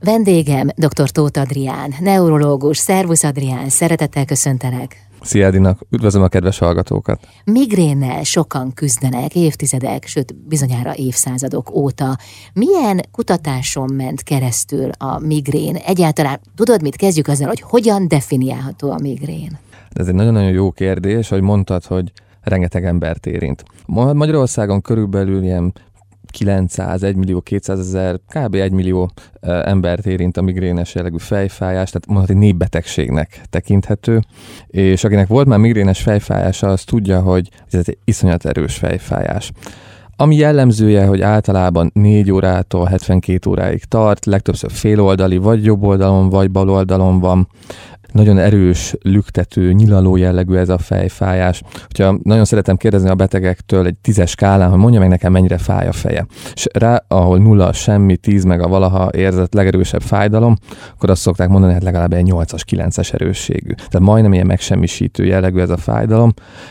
Vendégem dr. Tóth Adrián, neurológus. Szervusz Adrián, szeretettel köszöntelek. Szia Edina, üdvözlöm a kedves hallgatókat! Migrénnel sokan küzdenek évtizedek, sőt bizonyára évszázadok óta. Milyen kutatáson ment keresztül a migrén? Egyáltalán tudod mit, kezdjük azzal, hogy hogyan definiálható a migrén? Ez egy nagyon-nagyon jó kérdés, hogy mondtad, hogy rengeteg embert érint. Magyarországon körülbelül ilyen 900, 1 millió, 200 ezer, kb. 1 millió embert érint a migrénes jellegű fejfájás, tehát mondhatni népbetegségnek tekinthető, és akinek volt már migrénes fejfájása, az tudja, hogy ez egy iszonyat erős fejfájás. Ami jellemzője, hogy általában 4 órától 72 óráig tart, legtöbbször féloldali, vagy jobb oldalon, vagy bal oldalon van. Nagyon erős, lüktető, nyilaló jellegű ez a fejfájás. Hogyha nagyon szeretem kérdezni a betegektől egy 10-es skálán, hogy mondja meg nekem, mennyire fáj a feje. És rá, ahol 0, semmi, 10 meg a valaha érzett legerősebb fájdalom, akkor azt szokták mondani, hogy legalább egy 8-as, 9-es erősségű. Tehát majdnem ilyen megsemmisítő jellegű ez a fájdalom,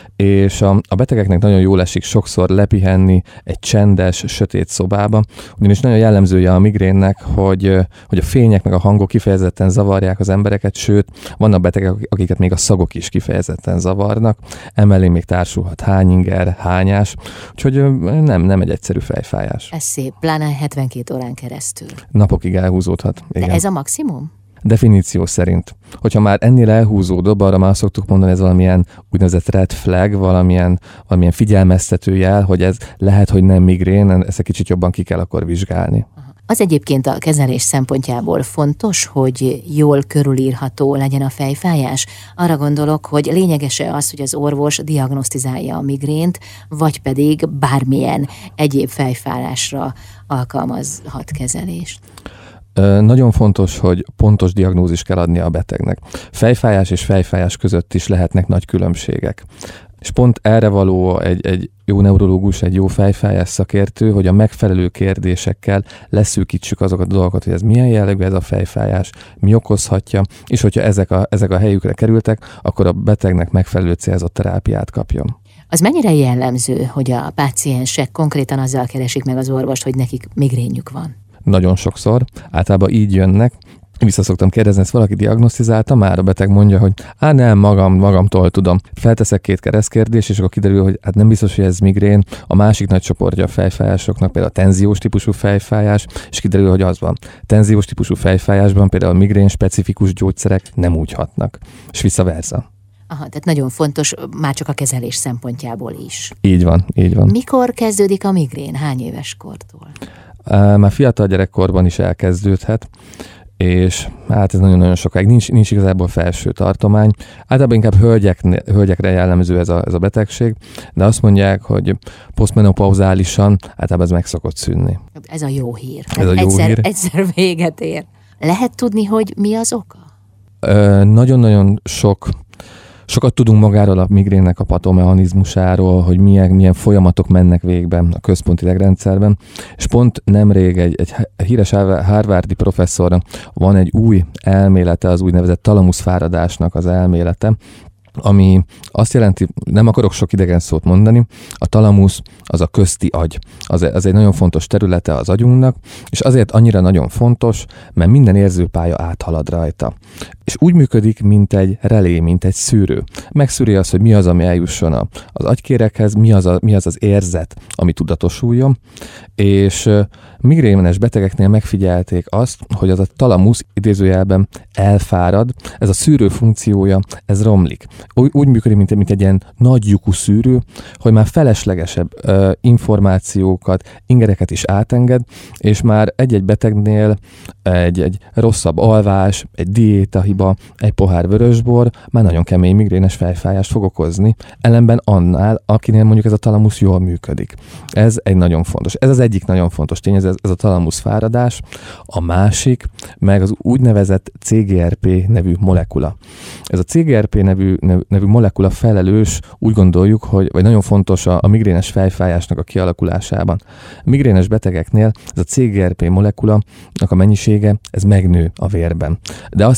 és a betegeknek nagyon jól esik sokszor lepihenni egy csendes, sötét szobába, ugyanis nagyon jellemzője a migrénnek, hogy a fények meg a hangok kifejezetten zavarják az embereket, sőt, vannak betegek, akiket még a szagok is kifejezetten zavarnak, emellé még társulhat hányinger, hányás, úgyhogy nem egy egyszerű fejfájás. Ez szép, pláne 72 órán keresztül. Napokig elhúzódhat. Igen. De ez a maximum? Definíció szerint. Hogyha már ennél elhúzódóbb, arra már szoktuk mondani, ez valamilyen úgynevezett red flag, valamilyen figyelmeztető jel, hogy ez lehet, hogy nem migrén, ezt egy kicsit jobban ki kell akkor vizsgálni. Az egyébként a kezelés szempontjából fontos, hogy jól körülírható legyen a fejfájás. Arra gondolok, hogy lényeges-e az, hogy az orvos diagnosztizálja a migrént, vagy pedig bármilyen egyéb fejfájásra alkalmazhat kezelést. Nagyon fontos, hogy pontos diagnózis kell adni a betegnek. Fejfájás és fejfájás között is lehetnek nagy különbségek. És pont erre való egy jó neurológus, egy jó fejfájás szakértő, hogy a megfelelő kérdésekkel leszűkítsük azokat a dolgokat, hogy ez milyen jellegű ez a fejfájás, mi okozhatja, és hogyha ezek a helyükre kerültek, akkor a betegnek megfelelő célzott terápiát kapjon. Az mennyire jellemző, hogy a páciensek konkrétan azzal keresik meg az orvost, hogy nekik migrénjük van? Nagyon sokszor. Általában így jönnek. Vissza szoktam kérdezni, ezt valaki diagnosztizálta, már a beteg mondja, hogy nem, magamtól tudom. Felteszek 2 keresztkérdést, és akkor kiderül, hogy hát nem biztos, hogy ez migrén. A másik nagy csoportja a fejfájásoknak például a tenziós típusú fejfájás, és kiderül, hogy az van. Tenziós típusú fejfájásban például a migrén specifikus gyógyszerek nem úgy hatnak, és vice versa. Aha, tehát nagyon fontos, már csak a kezelés szempontjából is. Így van. Mikor kezdődik a migrén? Hány éves kortól? Már fiatal gyerekkorban is elkezdődhet, és hát ez nagyon-nagyon sokáig nincs igazából felső tartomány. Általában inkább hölgyekre jellemző ez a betegség, de azt mondják, hogy posztmenopauzálisan általában ez meg szokott szűnni. Ez a jó hír. Egyszer véget ér. Lehet tudni, hogy mi az oka? Nagyon-nagyon sokat tudunk magáról a migrénnek a patomechanizmusáról, hogy milyen folyamatok mennek végbe a központi idegrendszerben, és pont nemrég egy híres harvardi professzor van egy új elmélete, az úgynevezett talamuszfáradásnak az elmélete, ami azt jelenti, nem akarok sok idegen szót mondani, a talamusz az a közti agy. Az egy nagyon fontos területe az agyunknak, és azért annyira nagyon fontos, mert minden érzőpálya áthalad rajta. És úgy működik, mint egy relé, mint egy szűrő. Megszűri azt, hogy mi az, ami eljusson az agykérekhez, mi az az érzet, ami tudatosuljon, és migrénes betegeknél megfigyelték azt, hogy az a talamusz idézőjelben elfárad, ez a szűrő funkciója, ez romlik. Úgy működik, mint egy ilyen nagy lyukú szűrő, hogy már feleslegesebb információkat, ingereket is átenged, és már egy-egy betegnél egy rosszabb alvás, egy diétahiba, egy pohár vörösbor már nagyon kemény migrénes fejfájást fog okozni, ellenben annál, akinél mondjuk ez a talamusz jól működik. Ez egy nagyon fontos. Ez az egyik nagyon fontos tény, ez a talamusz fáradás. A másik, meg az úgynevezett CGRP nevű molekula. Ez a CGRP nevű molekula felelős, úgy gondoljuk, vagy nagyon fontos a migrénes fejfájásnak a kialakulásában. A migrénes betegeknél ez a CGRP molekulanak a mennyisége, ez megnő a vérben. De az is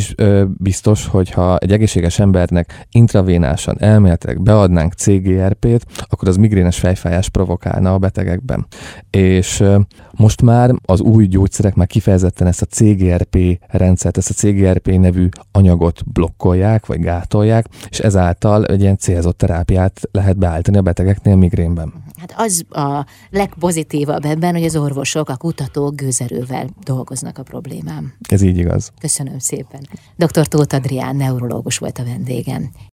is biztos, hogy ha egy egészséges embernek intravénásan elméletileg beadnánk CGRP-t, akkor az migrénes fejfájást provokálna a betegekben. És most már az új gyógyszerek már kifejezetten ezt a CGRP rendszert, ezt a CGRP nevű anyagot blokkolják, vagy gátolják, és ezáltal egy ilyen célzott terápiát lehet beállítani a betegeknél migrénben. Hát az a legpozitívabb ebben, hogy az orvosok, a kutatók gőzerővel dolgoznak a problémám. Ez így igaz. Köszönöm szépen. Dr. Tóth Adrián neurológus volt a vendégem.